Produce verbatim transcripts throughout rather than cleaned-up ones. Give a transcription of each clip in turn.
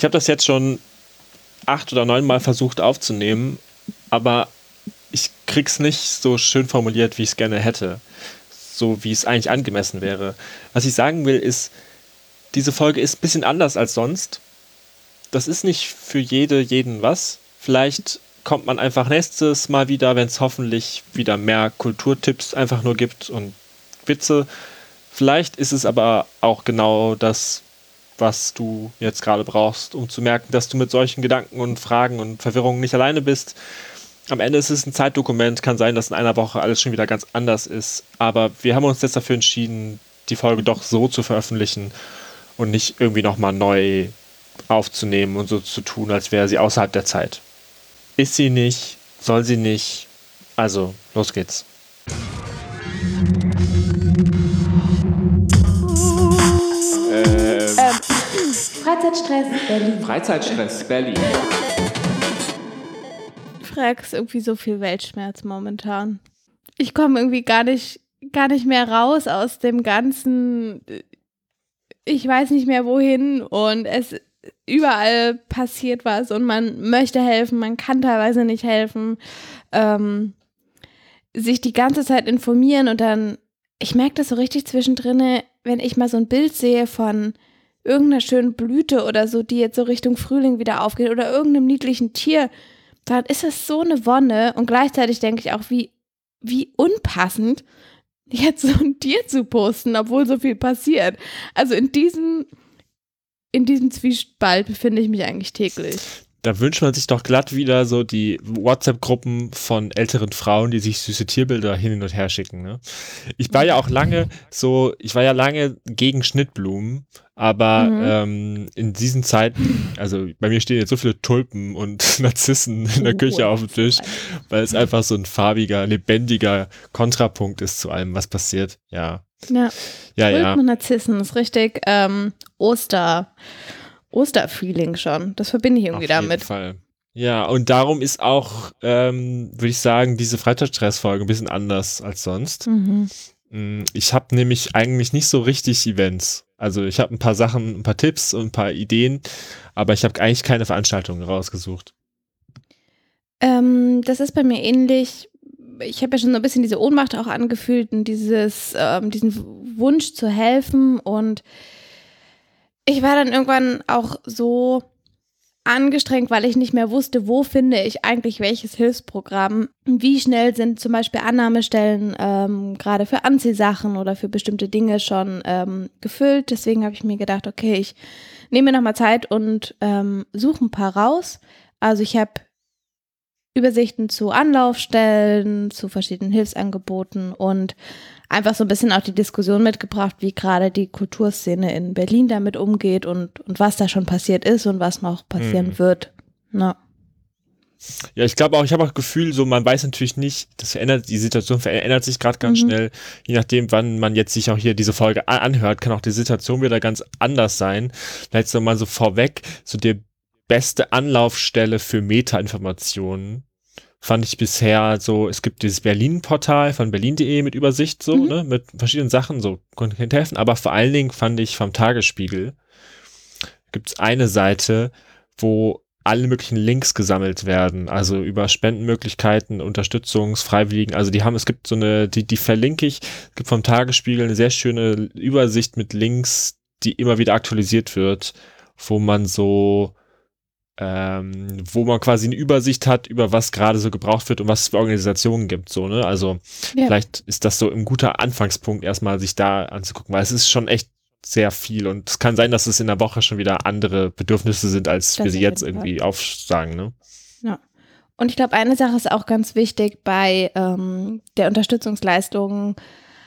Ich habe das jetzt schon acht oder neun Mal versucht aufzunehmen, aber ich krieg's nicht so schön formuliert, wie ich es gerne hätte. So wie es eigentlich angemessen wäre. Was ich sagen will, ist, diese Folge ist ein bisschen anders als sonst. Das ist nicht für jede, jeden was. Vielleicht kommt man einfach nächstes Mal wieder, wenn es hoffentlich wieder mehr Kulturtipps einfach nur gibt und Witze. Vielleicht ist es aber auch genau das, was du jetzt gerade brauchst, um zu merken, dass du mit solchen Gedanken und Fragen und Verwirrungen nicht alleine bist. Am Ende ist es ein Zeitdokument, kann sein, dass in einer Woche alles schon wieder ganz anders ist, aber wir haben uns jetzt dafür entschieden, die Folge doch so zu veröffentlichen und nicht irgendwie nochmal neu aufzunehmen und so zu tun, als wäre sie außerhalb der Zeit. Ist sie nicht, soll sie nicht, also los geht's. Ähm, Freizeitstress Berlin. Freizeitstress Berlin. Frags irgendwie so viel Weltschmerz momentan. Ich komme irgendwie gar nicht, gar nicht mehr raus aus dem ganzen, ich weiß nicht mehr wohin und es überall passiert was und man möchte helfen, man kann teilweise nicht helfen, ähm, sich die ganze Zeit informieren und dann, ich merke das so richtig zwischendrin, wenn ich mal so ein Bild sehe von irgendeiner schönen Blüte oder so, die jetzt so Richtung Frühling wieder aufgeht oder irgendeinem niedlichen Tier, dann ist es so eine Wonne und gleichzeitig denke ich auch, wie, wie unpassend, jetzt so ein Tier zu posten, obwohl so viel passiert. Also in diesem, in diesem Zwiespalt befinde ich mich eigentlich täglich. Da wünscht man sich doch glatt wieder so die WhatsApp-Gruppen von älteren Frauen, die sich süße Tierbilder hin und her schicken. Ne? Ich war ja auch lange so, ich war ja lange gegen Schnittblumen, aber mhm. ähm, in diesen Zeiten, also bei mir stehen jetzt so viele Tulpen und Narzissen in der Küche oh, auf dem Tisch, weil es einfach so ein farbiger, lebendiger Kontrapunkt ist zu allem, was passiert. Ja, ja, ja, Tulpen ja. und Narzissen ist richtig ähm, Oster. Osterfeeling schon. Das verbinde ich irgendwie damit. Auf jeden Fall. Ja, und darum ist auch, ähm, würde ich sagen, diese Freizeitstress-Folge ein bisschen anders als sonst. Mhm. Ich habe nämlich eigentlich nicht so richtig Events. Also ich habe ein paar Sachen, ein paar Tipps und ein paar Ideen, aber ich habe eigentlich keine Veranstaltungen rausgesucht. Ähm, das ist bei mir ähnlich. Ich habe ja schon so ein bisschen diese Ohnmacht auch angefühlt und dieses, ähm, diesen Wunsch zu helfen und ich war dann irgendwann auch so angestrengt, weil ich nicht mehr wusste, wo finde ich eigentlich welches Hilfsprogramm. Wie schnell sind zum Beispiel Annahmestellen ähm, gerade für Anziehsachen oder für bestimmte Dinge schon ähm, gefüllt. Deswegen habe ich mir gedacht, okay, ich nehme mir nochmal Zeit und ähm, suche ein paar raus. Also ich habe Übersichten zu Anlaufstellen, zu verschiedenen Hilfsangeboten und einfach so ein bisschen auch die Diskussion mitgebracht, wie gerade die Kulturszene in Berlin damit umgeht und, und was da schon passiert ist und was noch passieren mhm. wird. Na. Ja, ich glaube auch, ich habe auch das Gefühl, so man weiß natürlich nicht, das verändert, die Situation verändert sich gerade ganz mhm. schnell, je nachdem, wann man jetzt sich auch hier diese Folge anhört, kann auch die Situation wieder ganz anders sein. Vielleicht so mal so vorweg, so die beste Anlaufstelle für Meta-Informationen fand ich bisher so, es gibt dieses Berlin-Portal von berlin punkt de mit Übersicht so, mhm. ne, mit verschiedenen Sachen, so konnte helfen, aber vor allen Dingen fand ich vom Tagesspiegel gibt es eine Seite, wo alle möglichen Links gesammelt werden, also über Spendenmöglichkeiten, Unterstützungs-, Freiwilligen, also die haben, es gibt so eine, die, die verlinke ich, es gibt vom Tagesspiegel eine sehr schöne Übersicht mit Links, die immer wieder aktualisiert wird, wo man so Ähm, wo man quasi eine Übersicht hat, über was gerade so gebraucht wird und was es für Organisationen gibt, so, ne, also ja. Vielleicht ist das so ein guter Anfangspunkt, erstmal sich da anzugucken, weil es ist schon echt sehr viel und es kann sein, dass es in der Woche schon wieder andere Bedürfnisse sind, als das wir sie jetzt irgendwie aufsagen, ne. Ja, und ich glaube, eine Sache ist auch ganz wichtig bei ähm, der Unterstützungsleistung,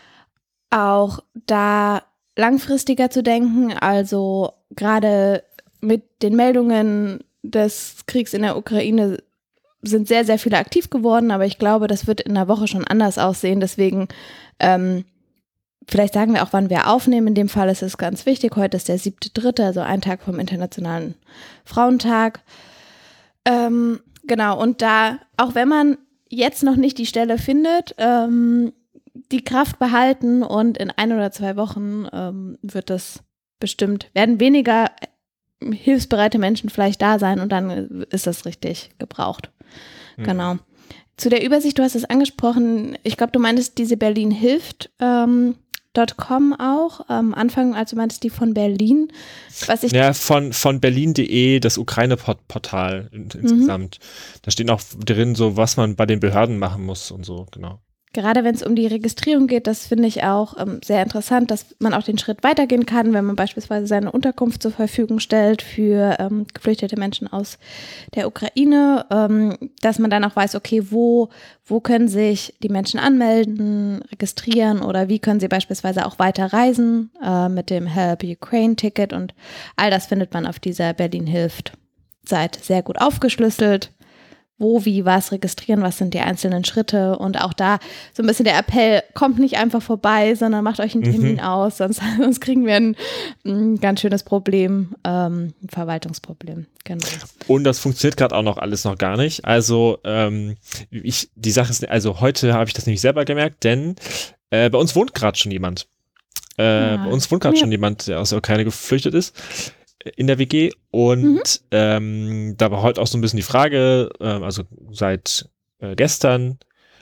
auch da langfristiger zu denken, also gerade mit den Meldungen des Kriegs in der Ukraine sind sehr, sehr viele aktiv geworden, aber ich glaube, das wird in der Woche schon anders aussehen. Deswegen, ähm, vielleicht sagen wir auch, wann wir aufnehmen. In dem Fall ist es ganz wichtig. Heute ist der siebte dritte, also ein Tag vom Internationalen Frauentag. Ähm, genau, und da, auch wenn man jetzt noch nicht die Stelle findet, ähm, die Kraft behalten und in ein oder zwei Wochen ähm, wird das bestimmt, werden weniger hilfsbereite Menschen vielleicht da sein und dann ist das richtig gebraucht. Mhm. Genau. Zu der Übersicht, du hast es angesprochen, ich glaube, du meintest diese Berlin hilft ähm, .com auch, am Anfang, also meintest die von Berlin. Was ich ja, von, von berlin punkt de, das Ukraine-Portal in, insgesamt. Mhm. Da steht auch drin, so was man bei den Behörden machen muss und so, genau. Gerade wenn es um die Registrierung geht, das finde ich auch ähm, sehr interessant, dass man auch den Schritt weitergehen kann, wenn man beispielsweise seine Unterkunft zur Verfügung stellt für ähm, geflüchtete Menschen aus der Ukraine, ähm, dass man dann auch weiß, okay, wo, wo können sich die Menschen anmelden, registrieren oder wie können sie beispielsweise auch weiter reisen äh, mit dem Help Ukraine Ticket und all das findet man auf dieser Berlin hilft Seite sehr gut aufgeschlüsselt. Wo, wie, was registrieren, was sind die einzelnen Schritte und auch da so ein bisschen der Appell, kommt nicht einfach vorbei, sondern macht euch einen Termin mhm. aus, sonst, sonst kriegen wir ein, ein ganz schönes Problem, ähm, ein Verwaltungsproblem. Genau. Und das funktioniert gerade auch noch alles noch gar nicht, also ähm, ich, die Sache ist, also heute habe ich das nämlich selber gemerkt, denn äh, bei uns wohnt gerade schon jemand, äh, ja. bei uns wohnt gerade ja. schon jemand, der aus der Ukraine geflüchtet ist, in der W G und mhm. ähm, da war heute auch so ein bisschen die Frage, ähm, also seit äh, gestern,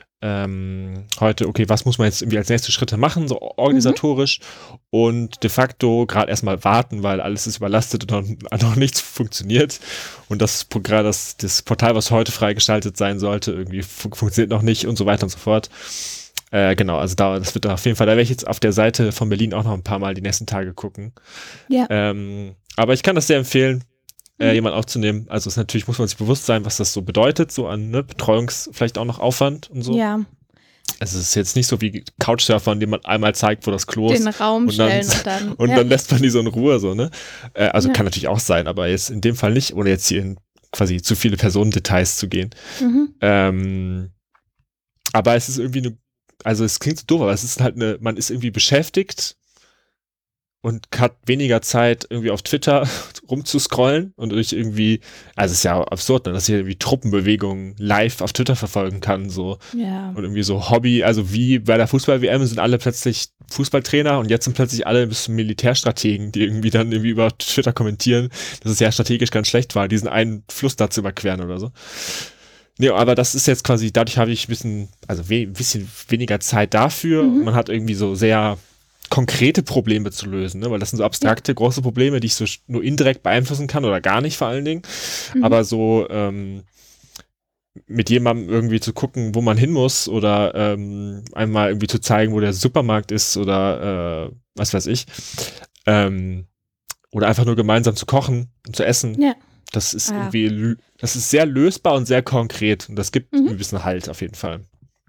ähm, heute, okay, was muss man jetzt irgendwie als nächste Schritte machen, so organisatorisch mhm. und de facto gerade erstmal warten, weil alles ist überlastet und noch, noch nichts funktioniert und das, das, das Portal, was heute freigeschaltet sein sollte, irgendwie fun- funktioniert noch nicht und so weiter und so fort. Äh, genau, also da, das wird auf jeden Fall, da werde ich jetzt auf der Seite von Berlin auch noch ein paar Mal die nächsten Tage gucken. Ja. Ähm, aber ich kann das sehr empfehlen, äh, mhm. jemanden aufzunehmen. Also es natürlich muss man sich bewusst sein, was das so bedeutet, so an ne, Betreuungs vielleicht auch noch Aufwand und so. Ja. Also es ist jetzt nicht so wie Couchsurfern, dem man einmal zeigt, wo das Klo ist. Den Raum und dann, stellen und dann. Und ja. dann lässt man die so in Ruhe, so, ne? Äh, also ja. kann natürlich auch sein, aber jetzt in dem Fall nicht, ohne jetzt hier in quasi zu viele Personendetails zu gehen. Mhm. Ähm, aber es ist irgendwie eine Also es klingt so doof, aber es ist halt eine, man ist irgendwie beschäftigt und hat weniger Zeit, irgendwie auf Twitter rumzuscrollen und durch irgendwie, also es ist ja absurd, ne, dass ich irgendwie Truppenbewegungen live auf Twitter verfolgen kann, so. Ja. Und irgendwie so Hobby, also wie bei der Fußball-W M sind alle plötzlich Fußballtrainer und jetzt sind plötzlich alle ein bisschen Militärstrategen, die irgendwie dann irgendwie über Twitter kommentieren, dass es ja strategisch ganz schlecht war, diesen einen Fluss da zu überqueren oder so. Nee, aber das ist jetzt quasi, dadurch habe ich ein bisschen, also we- bisschen weniger Zeit dafür. Mhm. Man hat irgendwie so sehr konkrete Probleme zu lösen, ne? Weil das sind so abstrakte, ja. große Probleme, die ich so nur indirekt beeinflussen kann oder gar nicht vor allen Dingen. Mhm. Aber so ähm, mit jemandem irgendwie zu gucken, wo man hin muss oder ähm, einmal irgendwie zu zeigen, wo der Supermarkt ist oder äh, was weiß ich. Ähm, oder einfach nur gemeinsam zu kochen und zu essen. Ja. Das ist ah. irgendwie, das ist sehr lösbar und sehr konkret und das gibt Mhm. ein bisschen Halt auf jeden Fall.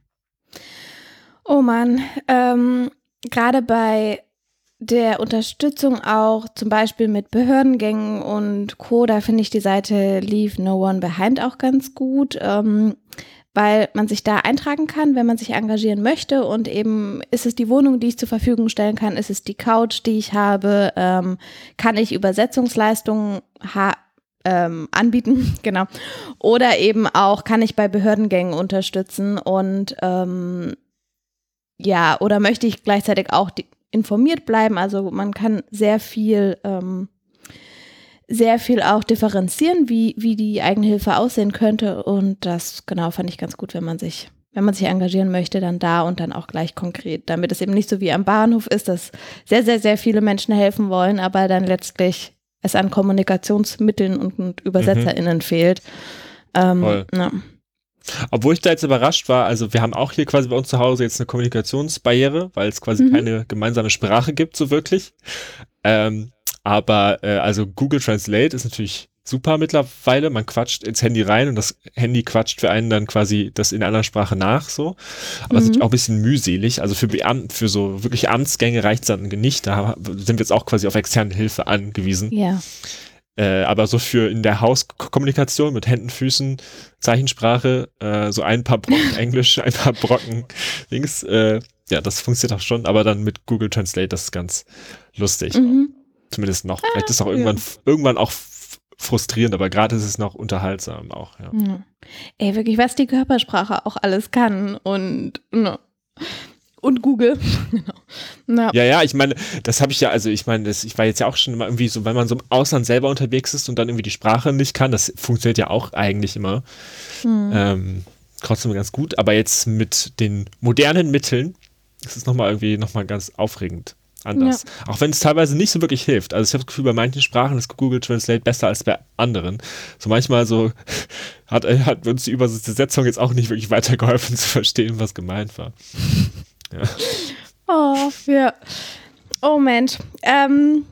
Oh Mann, ähm, gerade bei der Unterstützung auch zum Beispiel mit Behördengängen und Co., da finde ich die Seite Leave No One Behind auch ganz gut, ähm, weil man sich da eintragen kann, wenn man sich engagieren möchte und eben ist es die Wohnung, die ich zur Verfügung stellen kann, ist es die Couch, die ich habe, ähm, kann ich Übersetzungsleistungen haben, Ähm, anbieten, genau. Oder eben auch, kann ich bei Behördengängen unterstützen und ähm, ja, oder möchte ich gleichzeitig auch die, informiert bleiben. Also man kann sehr viel, ähm, sehr viel auch differenzieren, wie, wie die Eigenhilfe aussehen könnte und das, genau, fand ich ganz gut, wenn man sich, wenn man sich engagieren möchte, dann da und dann auch gleich konkret, damit es eben nicht so wie am Bahnhof ist, dass sehr, sehr, sehr viele Menschen helfen wollen, aber dann letztlich es an Kommunikationsmitteln und, und ÜbersetzerInnen mhm. fehlt. Ähm, Voll. Ja. Obwohl ich da jetzt überrascht war, also wir haben auch hier quasi bei uns zu Hause jetzt eine Kommunikationsbarriere, weil es quasi mhm. keine gemeinsame Sprache gibt, so wirklich. Ähm, aber äh, also Google Translate ist natürlich super mittlerweile. Man quatscht ins Handy rein und das Handy quatscht für einen dann quasi das in einer anderen Sprache nach, so. Aber es mhm. ist auch ein bisschen mühselig. Also für Beamten, für so wirklich Amtsgänge reicht es dann nicht. Da sind wir jetzt auch quasi auf externe Hilfe angewiesen. Ja. Äh, aber so für in der Hauskommunikation mit Händen, Füßen, Zeichensprache, äh, so ein paar Brocken Englisch, ein paar Brocken Dings, äh, ja, das funktioniert auch schon, aber dann mit Google Translate, das ist ganz lustig. Mhm. Zumindest noch. Ah, Vielleicht ist es auch irgendwann, ja. irgendwann auch frustrierend, aber gerade ist es noch unterhaltsam auch, ja. ja. Ey, wirklich, was die Körpersprache auch alles kann und no. und Google. Genau. Ja, ja, ich meine, das habe ich ja, also ich meine, das, ich war jetzt ja auch schon immer irgendwie so, wenn man so im Ausland selber unterwegs ist und dann irgendwie die Sprache nicht kann, das funktioniert ja auch eigentlich immer. Hm. Ähm, trotzdem ganz gut, aber jetzt mit den modernen Mitteln ist es nochmal irgendwie nochmal ganz aufregend anders. Ja. Auch wenn es teilweise nicht so wirklich hilft. Also ich habe das Gefühl, bei manchen Sprachen ist Google Translate besser als bei anderen. So manchmal so hat, hat uns die Übersetzung jetzt auch nicht wirklich weitergeholfen zu verstehen, was gemeint war. Ja. Oh, ja. Oh Mensch. Ähm,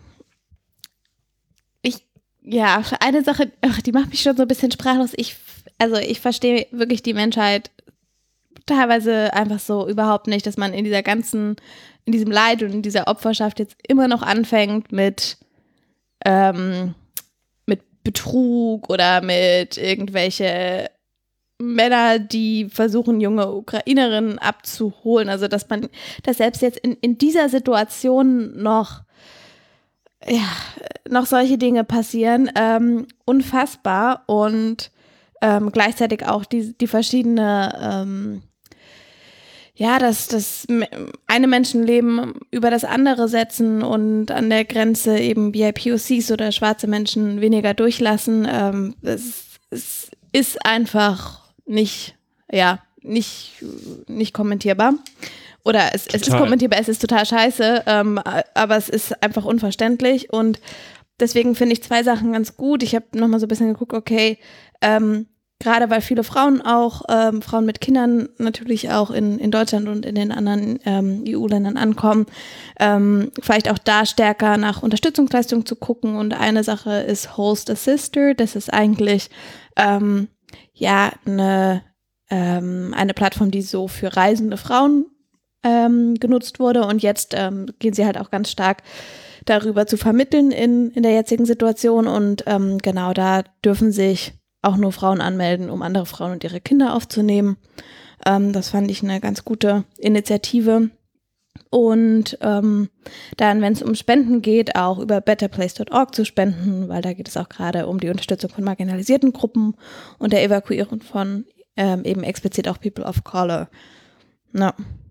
ich, ja, eine Sache, ach, die macht mich schon so ein bisschen sprachlos. Ich, also ich verstehe wirklich die Menschheit teilweise einfach so überhaupt nicht, dass man in dieser ganzen, in diesem Leid und in dieser Opferschaft jetzt immer noch anfängt mit, ähm, mit Betrug oder mit irgendwelche Männer, die versuchen, junge Ukrainerinnen abzuholen. Also, dass man, dass selbst jetzt in, in dieser Situation noch, ja, noch solche Dinge passieren, ähm, unfassbar und ähm, gleichzeitig auch die, die verschiedene, ähm, ja, dass das eine Menschenleben über das andere setzen und an der Grenze eben B I P O Cs oder schwarze Menschen weniger durchlassen. Ähm, es, es ist einfach nicht, ja, nicht, nicht kommentierbar. Oder es, es ist kommentierbar, es ist total scheiße, ähm, aber es ist einfach unverständlich und deswegen finde ich zwei Sachen ganz gut. Ich habe nochmal so ein bisschen geguckt, okay, ähm, gerade weil viele Frauen auch, ähm, Frauen mit Kindern natürlich auch in, in Deutschland und in den anderen ähm, E U-Ländern ankommen, ähm, vielleicht auch da stärker nach Unterstützungsleistungen zu gucken. Und eine Sache ist Host a Sister. Das ist eigentlich ähm, ja eine, ähm, eine Plattform, die so für reisende Frauen ähm, genutzt wurde. Und jetzt ähm, gehen sie halt auch ganz stark darüber zu vermitteln in, in der jetzigen Situation. Und ähm, genau da dürfen sich auch nur Frauen anmelden, um andere Frauen und ihre Kinder aufzunehmen. Ähm, das fand ich eine ganz gute Initiative. Und ähm, dann, wenn es um Spenden geht, auch über better place dot org zu spenden, weil da geht es auch gerade um die Unterstützung von marginalisierten Gruppen und der Evakuierung von ähm, eben explizit auch People of Color. No.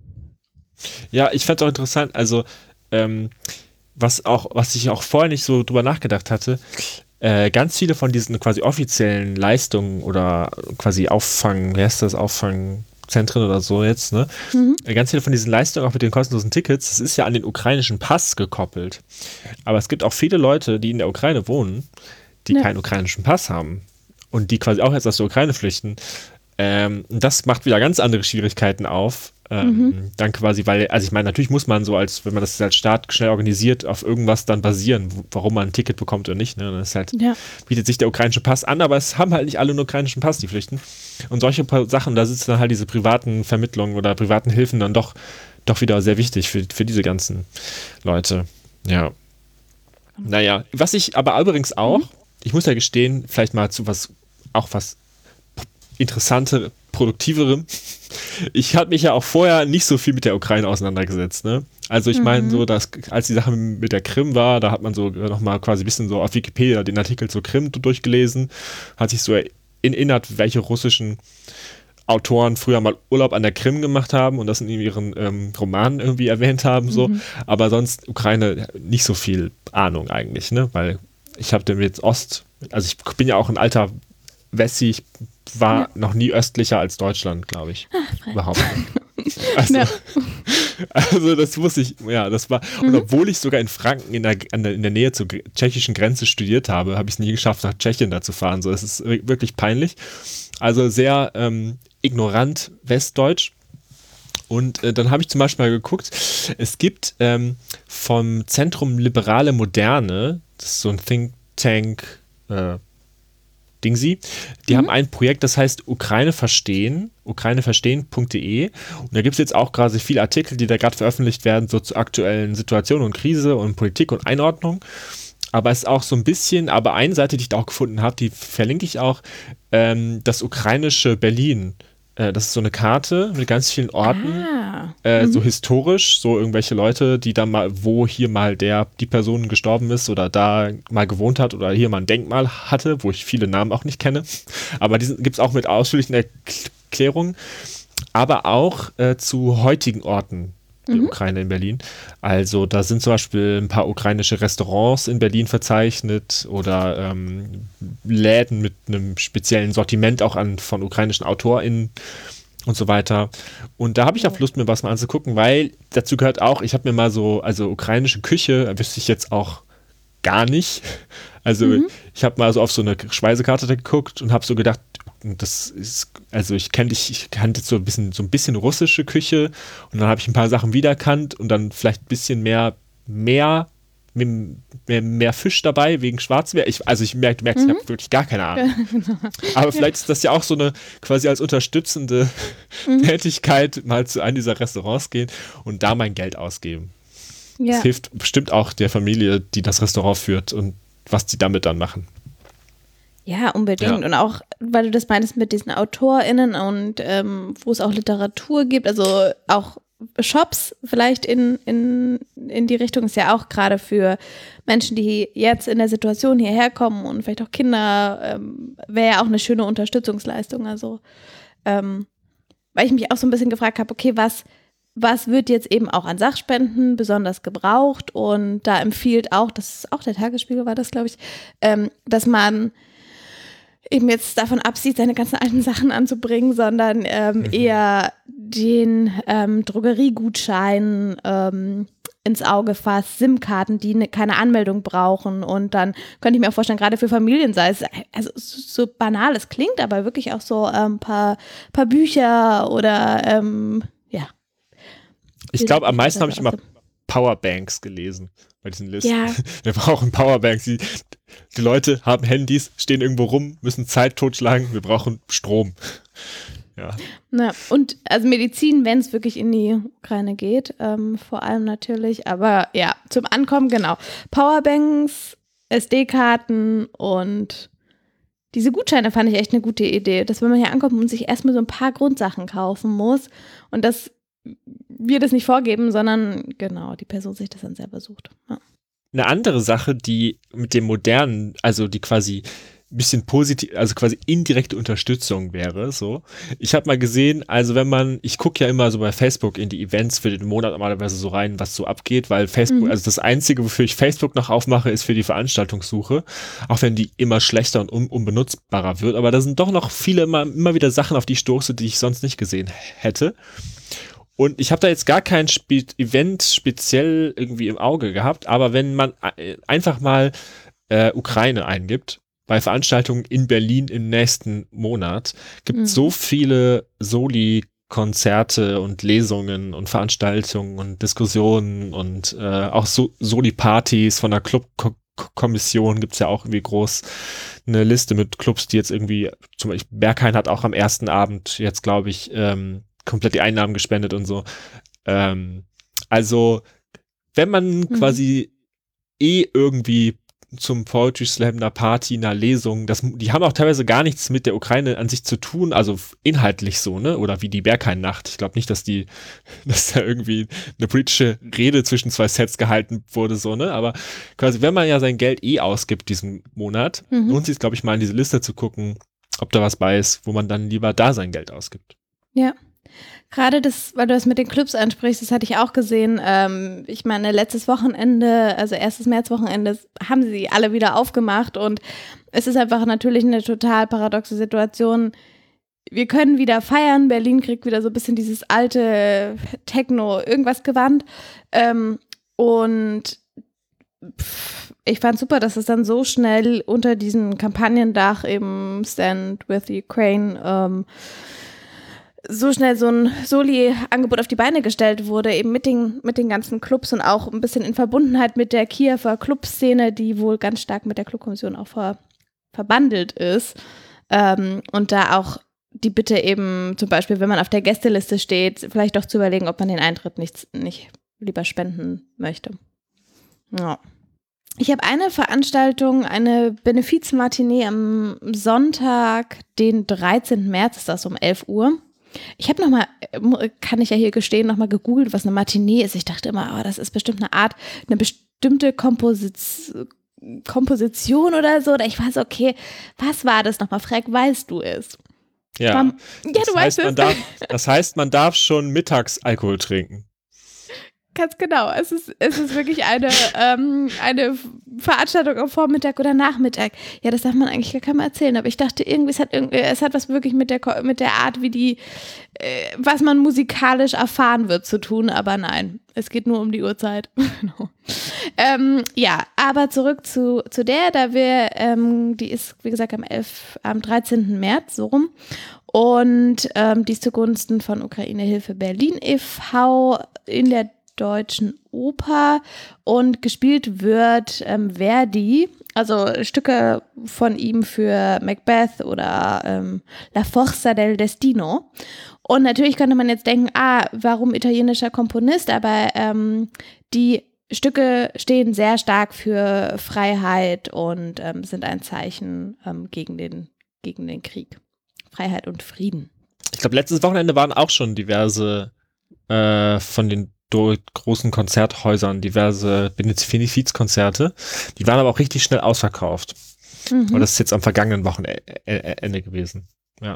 Ja, ich fand es auch interessant, also ähm, was auch, was ich auch vorher nicht so drüber nachgedacht hatte, Äh, ganz viele von diesen quasi offiziellen Leistungen oder quasi Auffang, wie heißt das, Auffangzentren oder so jetzt, ne? Mhm. Äh, ganz viele von diesen Leistungen, auch mit den kostenlosen Tickets, das ist ja an den ukrainischen Pass gekoppelt. Aber es gibt auch viele Leute, die in der Ukraine wohnen, die ja. keinen ukrainischen Pass haben und die quasi auch jetzt aus der Ukraine flüchten. Ähm, das macht wieder ganz andere Schwierigkeiten auf. Ähm, mhm. Dann quasi, weil, also ich meine, natürlich muss man so, als wenn man das als Staat schnell organisiert, auf irgendwas dann basieren, warum man ein Ticket bekommt oder nicht. Ne? Das ist halt, ja. bietet sich der ukrainische Pass an, aber es haben halt nicht alle einen ukrainischen Pass, die flüchten. Und solche Sachen, da sitzen dann halt diese privaten Vermittlungen oder privaten Hilfen dann doch, doch wieder sehr wichtig für, für diese ganzen Leute. Ja. Naja, was ich aber übrigens auch, mhm. ich muss ja gestehen, vielleicht mal zu was, auch was interessante, produktiverem. Ich hatte mich ja auch vorher nicht so viel mit der Ukraine auseinandergesetzt, ne? Also ich mhm. meine so, dass als die Sache mit der Krim war, da hat man so nochmal quasi ein bisschen so auf Wikipedia den Artikel zur Krim durchgelesen, hat sich so erinnert, welche russischen Autoren früher mal Urlaub an der Krim gemacht haben und das in ihren ähm, Romanen irgendwie erwähnt haben, so. Mhm. Aber sonst Ukraine nicht so viel Ahnung eigentlich, ne? Weil ich habe jetzt Ost, also ich bin ja auch ein alter Wessi, ich war ja. noch nie östlicher als Deutschland, glaube ich. Ach, überhaupt nicht. Also, ja. also das muss ich, ja, das war, mhm. und obwohl ich sogar in Franken in der, in der Nähe zur tschechischen Grenze studiert habe, habe ich es nie geschafft, nach Tschechien da zu fahren. So, das ist wirklich peinlich. Also sehr ähm, ignorant westdeutsch. Und äh, dann habe ich zum Beispiel mal geguckt, es gibt ähm, vom Zentrum Liberale Moderne, das ist so ein Think Tank, äh, Dingsi. Die mhm. haben ein Projekt, das heißt Ukraine verstehen, ukraineverstehen punkt de und da gibt es jetzt auch gerade viele Artikel, die da gerade veröffentlicht werden, so zur aktuellen Situation und Krise und Politik und Einordnung. Aber es ist auch so ein bisschen, aber eine Seite, die ich da auch gefunden habe, die verlinke ich auch, ähm, das ukrainische Berlin. Äh, das ist so eine Karte mit ganz vielen Orten, ah. äh, mhm. so historisch, so irgendwelche Leute, die da mal, wo hier mal der, die Person gestorben ist oder da mal gewohnt hat oder hier mal ein Denkmal hatte, wo ich viele Namen auch nicht kenne. Aber die gibt es auch mit ausführlichen Erklärungen, aber auch äh, zu heutigen Orten die Mhm. Ukraine in Berlin. Also da sind zum Beispiel ein paar ukrainische Restaurants in Berlin verzeichnet oder ähm, Läden mit einem speziellen Sortiment auch an von ukrainischen AutorInnen und so weiter. Und da habe ich auch Lust, mir was mal anzugucken, weil dazu gehört auch, ich habe mir mal so, also ukrainische Küche, äh, wüsste ich jetzt auch gar nicht. Also Mhm. ich habe mal so auf so eine Speisekarte da geguckt und habe so gedacht, das ist, also ich kenne ich kannte so ein bisschen, so ein bisschen russische Küche und dann habe ich ein paar Sachen wiedererkannt und dann vielleicht ein bisschen mehr, mehr, mehr, mehr Fisch dabei wegen Schwarzmeer. Ich, also ich merke, du merkst, Mhm. ich habe wirklich gar keine Ahnung. Genau. Aber vielleicht ist das ja auch so eine quasi als unterstützende Mhm. Tätigkeit, mal zu einem dieser Restaurants gehen und da mein Geld ausgeben. Ja. Das hilft bestimmt auch der Familie, die das Restaurant führt und was die damit dann machen. Ja, unbedingt. Ja. Und auch, weil du das meinst mit diesen AutorInnen und ähm, wo es auch Literatur gibt, also auch Shops vielleicht in, in, in die Richtung ist ja auch gerade für Menschen, die jetzt in der Situation hierher kommen und vielleicht auch Kinder, ähm, wäre ja auch eine schöne Unterstützungsleistung. Also, ähm, weil ich mich auch so ein bisschen gefragt habe, okay, was, was wird jetzt eben auch an Sachspenden besonders gebraucht? Und da empfiehlt auch, das ist auch der Tagesspiegel, war das, glaube ich, ähm, dass man eben jetzt davon absieht, seine ganzen alten Sachen anzubringen, sondern ähm, mhm. eher den ähm, Drogeriegutschein ähm, ins Auge fasst, SIM-Karten, die ne, keine Anmeldung brauchen. Und dann könnte ich mir auch vorstellen, gerade für Familien sei es, also so banal es klingt, aber wirklich auch so ein ähm, paar, paar Bücher oder ähm, ja. Ich glaube, am meisten habe ich immer Powerbanks gelesen bei diesen Listen. Ja. Wir brauchen Powerbanks. Die, die Leute haben Handys, stehen irgendwo rum, müssen Zeit totschlagen. Wir brauchen Strom. Ja. Na, und also Medizin, wenn es wirklich in die Ukraine geht, ähm, vor allem natürlich. Aber ja, zum Ankommen, genau. Powerbanks, S D-Karten und diese Gutscheine fand ich echt eine gute Idee, dass wenn man hier ankommt und sich erstmal so ein paar Grundsachen kaufen muss und dass wir das nicht vorgeben, sondern genau, die Person sich das dann selber sucht. Ja. Eine andere Sache, die mit dem modernen, also die quasi ein bisschen positiv, also quasi indirekte Unterstützung wäre, so. Ich habe mal gesehen, also wenn man, ich gucke ja immer so bei Facebook in die Events für den Monat normalerweise so rein, was so abgeht, weil Facebook, mhm. also das Einzige, wofür ich Facebook noch aufmache, ist für die Veranstaltungssuche, auch wenn die immer schlechter und un- unbenutzbarer wird, aber da sind doch noch viele immer, immer wieder Sachen, auf die ich stoße, die ich sonst nicht gesehen hätte. Und ich habe da jetzt gar kein Spe- Event speziell irgendwie im Auge gehabt, aber wenn man äh, einfach mal äh, Ukraine eingibt, bei Veranstaltungen in Berlin im nächsten Monat, gibt es mhm. so viele Soli-Konzerte und Lesungen und Veranstaltungen und Diskussionen und äh, auch so- Soli-Partys von der Clubkommission gibt es ja auch irgendwie groß eine Liste mit Clubs, die jetzt irgendwie, zum Beispiel Berghain hat auch am ersten Abend jetzt, glaube ich, ähm, komplett die Einnahmen gespendet und so. Ähm, also, wenn man mhm. quasi eh irgendwie zum Poetry Slam, einer Party, einer Lesung, das, die haben auch teilweise gar nichts mit der Ukraine an sich zu tun, also inhaltlich so, ne? Oder wie die Berghain-Nacht. Ich glaube nicht, dass die, dass da irgendwie eine politische Rede zwischen zwei Sets gehalten wurde, so, ne? Aber quasi, wenn man ja sein Geld eh ausgibt diesen Monat, mhm. lohnt sich, glaube ich, mal in diese Liste zu gucken, ob da was bei ist, wo man dann lieber da sein Geld ausgibt. Ja. Gerade das, weil du das mit den Clubs ansprichst, das hatte ich auch gesehen. Ähm, ich meine, letztes Wochenende, also erstes Märzwochenende, haben sie alle wieder aufgemacht und es ist einfach natürlich eine total paradoxe Situation. Wir können wieder feiern, Berlin kriegt wieder so ein bisschen dieses alte Techno, irgendwas Gewand ähm, und pff, ich fand super, dass es dann so schnell unter diesem Kampagnendach eben Stand with Ukraine ähm, so schnell so ein Soli-Angebot auf die Beine gestellt wurde, eben mit den, mit den ganzen Clubs und auch ein bisschen in Verbundenheit mit der Kiewer Clubszene, die wohl ganz stark mit der Clubkommission auch ver, verbandelt ist. Ähm, und da auch die Bitte eben zum Beispiel, wenn man auf der Gästeliste steht, vielleicht doch zu überlegen, ob man den Eintritt nicht, nicht lieber spenden möchte. Ja. Ich habe eine Veranstaltung, eine Benefizmatinee am Sonntag, den dreizehnten März, ist das um elf Uhr. Ich habe nochmal, kann ich ja hier gestehen, nochmal gegoogelt, was eine Matinee ist. Ich dachte immer, oh, das ist bestimmt eine Art, eine bestimmte Komposiz- Komposition oder so. Oder ich weiß, okay, was war das nochmal? Frag, weißt du es? Ja, um, ja das, du heißt, weißt man darf, das heißt, man darf schon mittags Alkohol trinken. ganz genau. Es ist, es ist wirklich eine, ähm, eine Veranstaltung am Vormittag oder Nachmittag. Ja, das darf man eigentlich gar keinem erzählen, aber ich dachte irgendwie, es hat, irgendwie, es hat was wirklich mit der, mit der Art, wie die, äh, was man musikalisch erfahren wird, zu tun, aber nein, es geht nur um die Uhrzeit. Genau. Ähm, ja, aber zurück zu, zu der, da wir, ähm, die ist, wie gesagt, am elften, am dreizehnten März, so rum. Und ähm, die ist zugunsten von Ukraine Hilfe Berlin e V in der Deutschen Oper und gespielt wird ähm, Verdi, also Stücke von ihm für Macbeth oder ähm, La Forza del Destino. Und natürlich könnte man jetzt denken, ah, warum italienischer Komponist, aber ähm, die Stücke stehen sehr stark für Freiheit und ähm, sind ein Zeichen ähm, gegen den, gegen den Krieg. Freiheit und Frieden. Ich glaube, letztes Wochenende waren auch schon diverse äh, von den do- großen Konzerthäusern, diverse Benefizkonzerte. Die waren aber auch richtig schnell ausverkauft. Mhm. Und das ist jetzt am vergangenen Wochenende gewesen. Ja.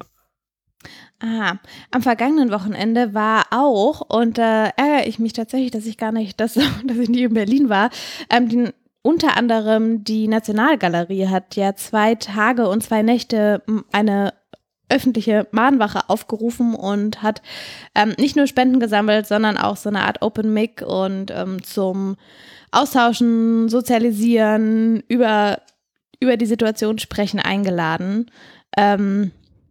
Ah, am vergangenen Wochenende war auch, und da äh, ärgere ich mich tatsächlich, dass ich gar nicht, dass, dass ich nicht in Berlin war, ähm, die, unter anderem die Nationalgalerie hat ja zwei Tage und zwei Nächte eine öffentliche Mahnwache aufgerufen und hat ähm, nicht nur Spenden gesammelt, sondern auch so eine Art Open Mic und ähm, zum Austauschen, Sozialisieren, über, über die Situation sprechen eingeladen. Ähm,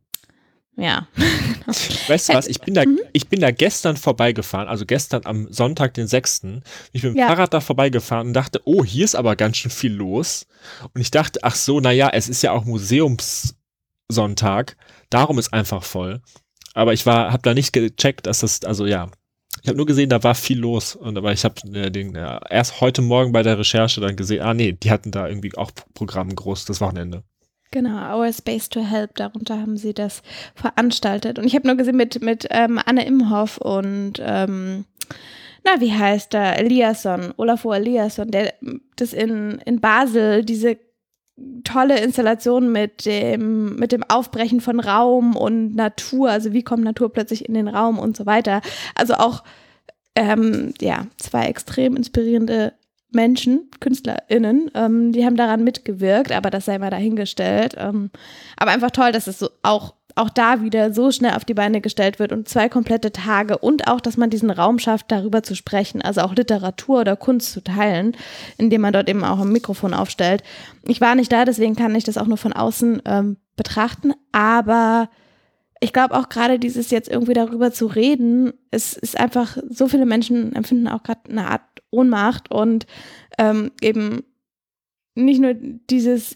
ja. Weißt du was, ich bin da, mhm. ich bin da gestern vorbeigefahren, also gestern am Sonntag, den sechsten Ich bin mit dem ja. Fahrrad da vorbeigefahren und dachte, oh, hier ist aber ganz schön viel los. Und ich dachte, ach so, naja, es ist ja auch Museumssonntag, darum ist einfach voll. Aber ich war, habe da nicht gecheckt, dass das, also ja, ich habe nur gesehen, da war viel los. Und aber ich habe äh, den ja, erst heute Morgen bei der Recherche dann gesehen, ah nee, die hatten da irgendwie auch Programm groß das Wochenende. Genau, Our Space to Help, darunter haben sie das veranstaltet. Und ich habe nur gesehen mit, mit ähm, Anne Imhoff und, ähm, na, wie heißt der, Eliasson, Olafur Eliasson, der das in, in Basel, diese tolle Installation mit dem, mit dem Aufbrechen von Raum und Natur, also wie kommt Natur plötzlich in den Raum und so weiter. Also auch, ähm, ja, zwei extrem inspirierende Menschen, KünstlerInnen, ähm, die haben daran mitgewirkt, aber das sei mal dahingestellt. Ähm, aber einfach toll, dass es so auch, auch da wieder so schnell auf die Beine gestellt wird und zwei komplette Tage und auch, dass man diesen Raum schafft, darüber zu sprechen, also auch Literatur oder Kunst zu teilen, indem man dort eben auch ein Mikrofon aufstellt. Ich war nicht da, deswegen kann ich das auch nur von außen ähm, betrachten, aber ich glaube auch gerade dieses jetzt irgendwie darüber zu reden, es ist einfach, so viele Menschen empfinden auch gerade eine Art Ohnmacht und ähm, eben nicht nur dieses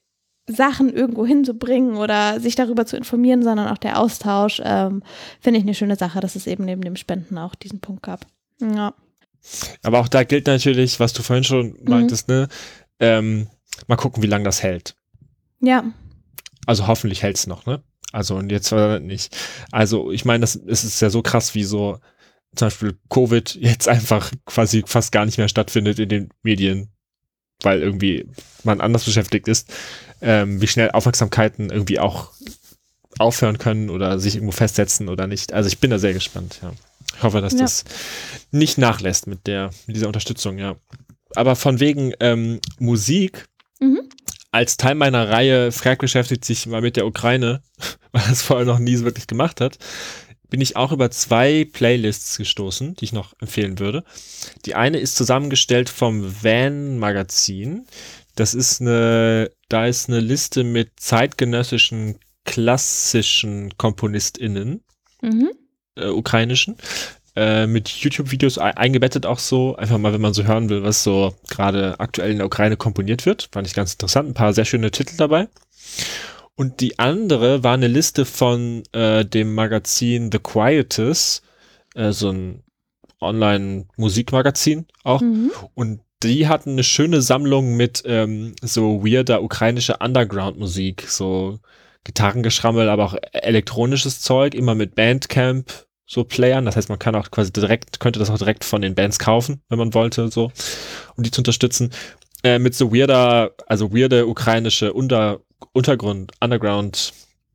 Sachen irgendwo hinzubringen oder sich darüber zu informieren, sondern auch der Austausch, ähm, finde ich eine schöne Sache, dass es eben neben dem Spenden auch diesen Punkt gab. Ja. Aber auch da gilt natürlich, was du vorhin schon meintest, mhm. ne? Ähm, mal gucken, wie lange das hält. Ja. Also hoffentlich hält es noch, ne? Also und jetzt war nicht. Also ich meine, das, es ist ja so krass, wie so zum Beispiel Covid jetzt einfach quasi fast gar nicht mehr stattfindet in den Medien, weil irgendwie man anders beschäftigt ist, ähm, wie schnell Aufmerksamkeiten irgendwie auch aufhören können oder sich irgendwo festsetzen oder nicht. Also ich bin da sehr gespannt, ja. Ich hoffe, dass ja. das nicht nachlässt mit der, mit dieser Unterstützung, ja. Aber von wegen ähm, Musik, mhm. als Teil meiner Reihe Frag beschäftigt sich mal mit der Ukraine, weil er es vorher noch nie so wirklich gemacht hat, bin ich auch über zwei Playlists gestoßen, die ich noch empfehlen würde. Die eine ist zusammengestellt vom Van-Magazin. Das ist eine, da ist eine Liste mit zeitgenössischen, klassischen KomponistInnen, mhm. äh, ukrainischen, äh, mit YouTube-Videos e- eingebettet auch so, einfach mal, wenn man so hören will, was so gerade aktuell in der Ukraine komponiert wird. Fand ich ganz interessant, ein paar sehr schöne Titel dabei. Und die andere war eine Liste von äh, dem Magazin The Quietus, äh, so ein Online-Musikmagazin auch. Mhm. Und die hatten eine schöne Sammlung mit ähm, so weirder ukrainischer Underground-Musik, so Gitarrengeschrammel, aber auch elektronisches Zeug, immer mit Bandcamp, so Playern. Das heißt, man kann auch quasi direkt, könnte das auch direkt von den Bands kaufen, wenn man wollte, so, um die zu unterstützen. Äh, mit so weirder, also weirde ukrainische Unter Untergrund, Underground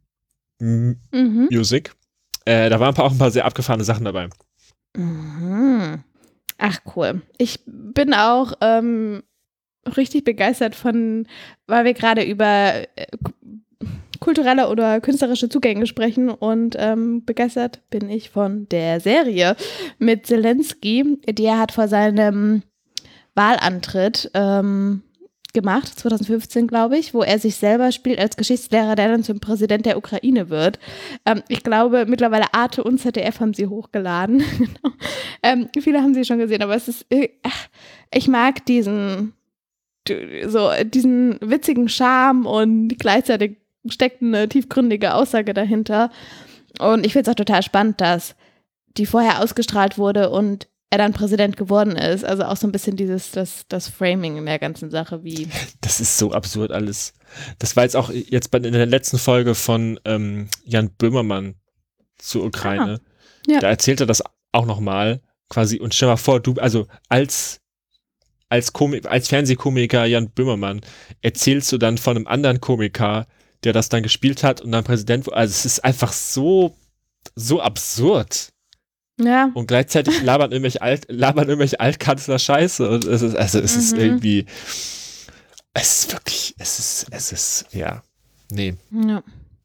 m- mhm. Music. Äh, da waren ein paar, auch ein paar sehr abgefahrene Sachen dabei. Mhm. Ach, cool. Ich bin auch ähm, richtig begeistert von, weil wir gerade über äh, kulturelle oder künstlerische Zugänge sprechen und ähm, begeistert bin ich von der Serie mit Zelensky, die er hat vor seinem Wahlantritt ähm, gemacht, zwanzig fünfzehn, glaube ich, wo er sich selber spielt als Geschichtslehrer, der dann zum Präsident der Ukraine wird. Ähm, ich glaube, mittlerweile Arte und Z D F haben sie hochgeladen. ähm, viele haben sie schon gesehen, aber es ist, äh, ich mag diesen, so, diesen witzigen Charme und gleichzeitig steckt eine tiefgründige Aussage dahinter. Und ich finde es auch total spannend, dass die vorher ausgestrahlt wurde und er dann Präsident geworden ist. Also auch so ein bisschen dieses, das, das Framing in der ganzen Sache, wie. Das ist so absurd alles. Das war jetzt auch jetzt bei, in der letzten Folge von ähm, Jan Böhmermann zur Ukraine. Ah, ja. Da erzählt er das auch nochmal quasi. Und stell mal vor, du, also als, als, Komik, als Fernsehkomiker Jan Böhmermann erzählst du dann von einem anderen Komiker, der das dann gespielt hat und dann Präsident wurde. Also es ist einfach so, so absurd. Ja. Und gleichzeitig labern irgendwelche, Alt, labern irgendwelche Altkanzler Scheiße. Und es ist, also es mhm. ist irgendwie, es ist wirklich, es ist, es ist, ja, nee. Ja.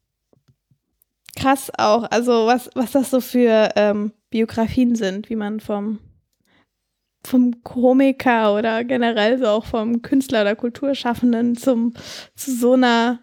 Krass auch, also was, was das so für ähm, Biografien sind, wie man vom, vom Komiker oder generell so auch vom Künstler oder Kulturschaffenden zum, zu so einer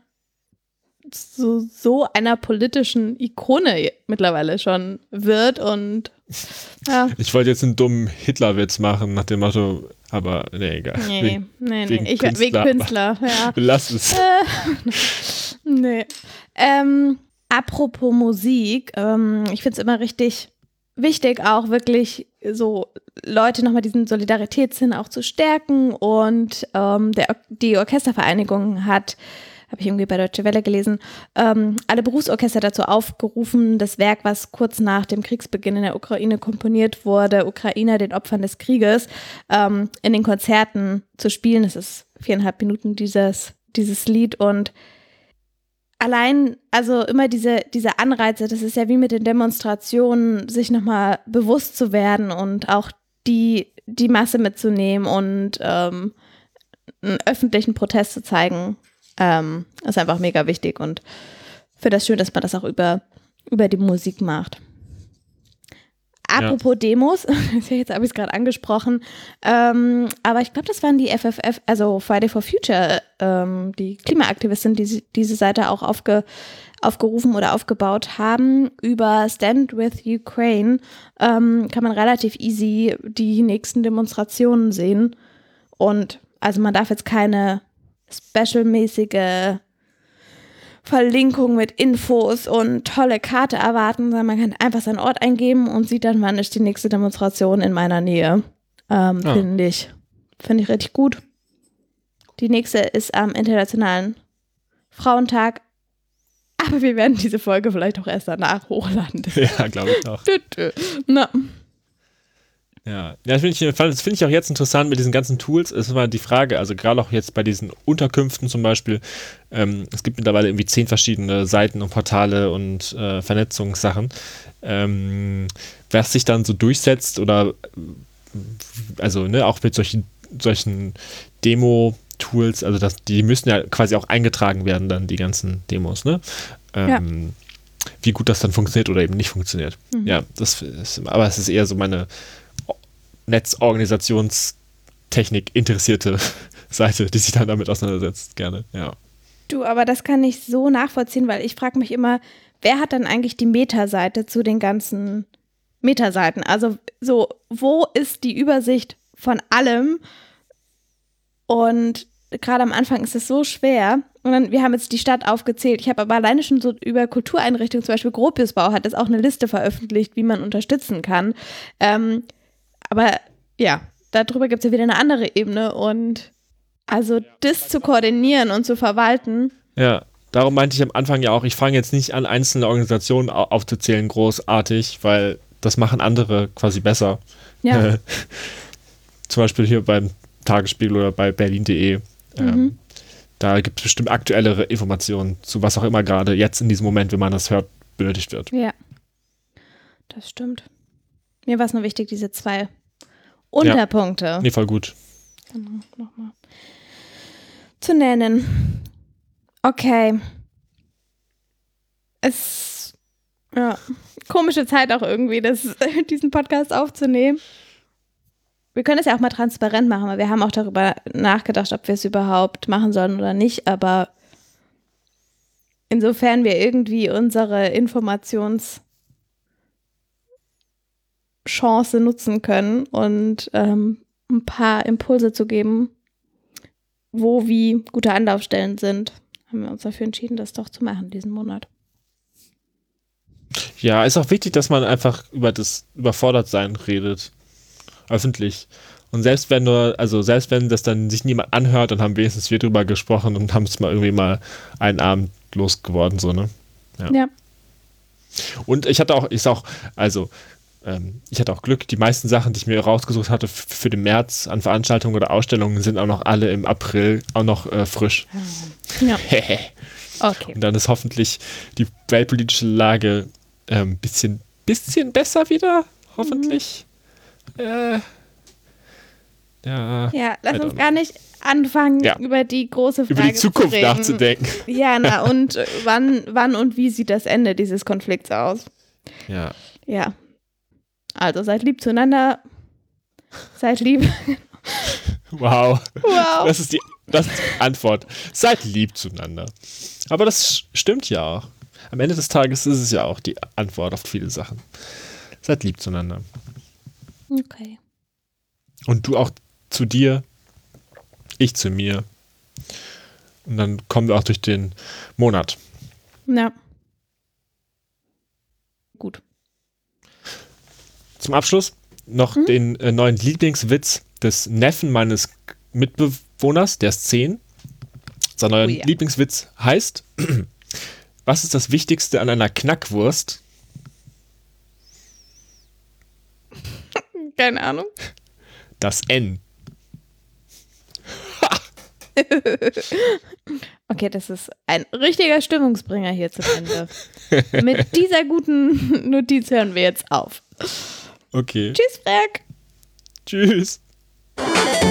zu so einer politischen Ikone mittlerweile schon wird und ja. Ich wollte jetzt einen dummen Hitlerwitz machen nach dem Motto, aber nee, egal. Nee, wegen, nee, nee. Wegen Ich, Künstler, wegen Künstler, ja. Lass es. Äh, nee. Ähm, apropos Musik, ähm, ich finde es immer richtig wichtig, auch wirklich so Leute nochmal diesen Solidaritätssinn auch zu stärken und ähm, der, die Orchestervereinigung hat habe ich irgendwie bei Deutsche Welle gelesen, ähm, alle Berufsorchester dazu aufgerufen, das Werk, was kurz nach dem Kriegsbeginn in der Ukraine komponiert wurde, Ukrainer, den Opfern des Krieges, ähm, in den Konzerten zu spielen. Das ist viereinhalb Minuten dieses, dieses Lied und allein, also immer diese, diese Anreize, das ist ja wie mit den Demonstrationen, sich nochmal bewusst zu werden und auch die, die Masse mitzunehmen und ähm, einen öffentlichen Protest zu zeigen. Ähm, ist einfach mega wichtig und finde das schön, dass man das auch über, über die Musik macht. Apropos ja. Demos, jetzt habe ich es gerade angesprochen, ähm, aber ich glaube, das waren die F F F, also Friday for Future, ähm, die Klimaaktivisten, die diese Seite auch aufge, aufgerufen oder aufgebaut haben. Über Stand with Ukraine ähm, kann man relativ easy die nächsten Demonstrationen sehen und also man darf jetzt keine specialmäßige Verlinkung mit Infos und tolle Karte erwarten, sondern man kann einfach seinen Ort eingeben und sieht dann, wann ist die nächste Demonstration in meiner Nähe. Ähm, ja. Finde ich, finde ich richtig gut. Die nächste ist am Internationalen Frauentag, aber wir werden diese Folge vielleicht auch erst danach hochladen. Ja, glaube ich auch. Na. Ja, das finde ich, das find ich auch jetzt interessant mit diesen ganzen Tools. Es ist immer die Frage, also gerade auch jetzt bei diesen Unterkünften zum Beispiel, ähm, es gibt mittlerweile irgendwie zehn verschiedene Seiten und Portale und äh, Vernetzungssachen, ähm, was sich dann so durchsetzt oder also ne, auch mit solchen, solchen Demo-Tools, also das, die müssen ja quasi auch eingetragen werden dann, die ganzen Demos, ne? Ähm, ja. Wie gut das dann funktioniert oder eben nicht funktioniert. Mhm. Ja, das ist, aber es ist eher so meine Netzorganisationstechnik interessierte Seite, die sich dann damit auseinandersetzt, gerne, ja. Du, aber das kann ich so nachvollziehen, weil ich frage mich immer, wer hat dann eigentlich die Metaseite zu den ganzen Metaseiten? Also so, wo ist die Übersicht von allem? Und gerade am Anfang ist es so schwer. Und dann, wir haben jetzt die Stadt aufgezählt. Ich habe aber alleine schon so über Kultureinrichtungen, zum Beispiel Gropiusbau hat jetzt auch eine Liste veröffentlicht, wie man unterstützen kann. Ähm, Aber ja, darüber gibt es ja wieder eine andere Ebene und also das zu koordinieren und zu verwalten. Ja, darum meinte ich am Anfang ja auch, ich fange jetzt nicht an, einzelne Organisationen aufzuzählen, großartig, weil das machen andere quasi besser. Ja. Äh, zum Beispiel hier beim Tagesspiegel oder bei berlin punkt de. Ähm, mhm. Da gibt es bestimmt aktuellere Informationen zu was auch immer gerade jetzt in diesem Moment, wenn man das hört, benötigt wird. Ja, das stimmt. Mir war es nur wichtig, diese zwei Unterpunkte. Ja. Nee, voll gut. Genau, nochmal. Zu nennen. Okay. Es, ja, komische Zeit auch irgendwie, das, diesen Podcast aufzunehmen. Wir können es ja auch mal transparent machen, weil wir haben auch darüber nachgedacht, ob wir es überhaupt machen sollen oder nicht, aber insofern wir irgendwie unsere Informationschance nutzen können und ähm, ein paar Impulse zu geben, wo wie gute Anlaufstellen sind, haben wir uns dafür entschieden, das doch zu machen diesen Monat. Ja, ist auch wichtig, dass man einfach über das Überfordertsein redet. Öffentlich. Und selbst wenn nur, also selbst wenn das dann sich niemand anhört, dann haben wenigstens wir drüber gesprochen und haben es mal irgendwie mal einen Abend losgeworden, so, ne? Ja. Ja. Und ich hatte auch, ich auch, also, ähm, ich hatte auch Glück, die meisten Sachen, die ich mir rausgesucht hatte f- für den März an Veranstaltungen oder Ausstellungen, sind auch noch alle im April auch noch äh, frisch. Ja. Okay. Und dann ist hoffentlich die weltpolitische Lage ein ähm, bisschen, bisschen besser wieder, hoffentlich. Mhm. Äh, ja, ja, lass uns gar nicht anfangen, ja. über die große Frage über die Zukunft zu reden. nachzudenken. Ja, na und wann, wann und wie sieht das Ende dieses Konflikts aus? Ja. Ja. Also seid lieb zueinander. Seid lieb. Wow. Wow. Das ist die, das ist die Antwort. Seid lieb zueinander. Aber das stimmt ja auch. Am Ende des Tages ist es ja auch die Antwort auf viele Sachen. Seid lieb zueinander. Okay. Und du auch zu dir, ich zu mir. Und dann kommen wir auch durch den Monat. Ja. Gut. Zum Abschluss noch hm? den äh, neuen Lieblingswitz des Neffen meines Mitbewohners, der ist zehn. Sein neuer oh, ja. Lieblingswitz heißt: Was ist das Wichtigste an einer Knackwurst? Keine Ahnung. Das N. Okay, das ist ein richtiger Stimmungsbringer hier zum Ende. Mit dieser guten Notiz hören wir jetzt auf. Okay. Tschüss, Frag. Tschüss.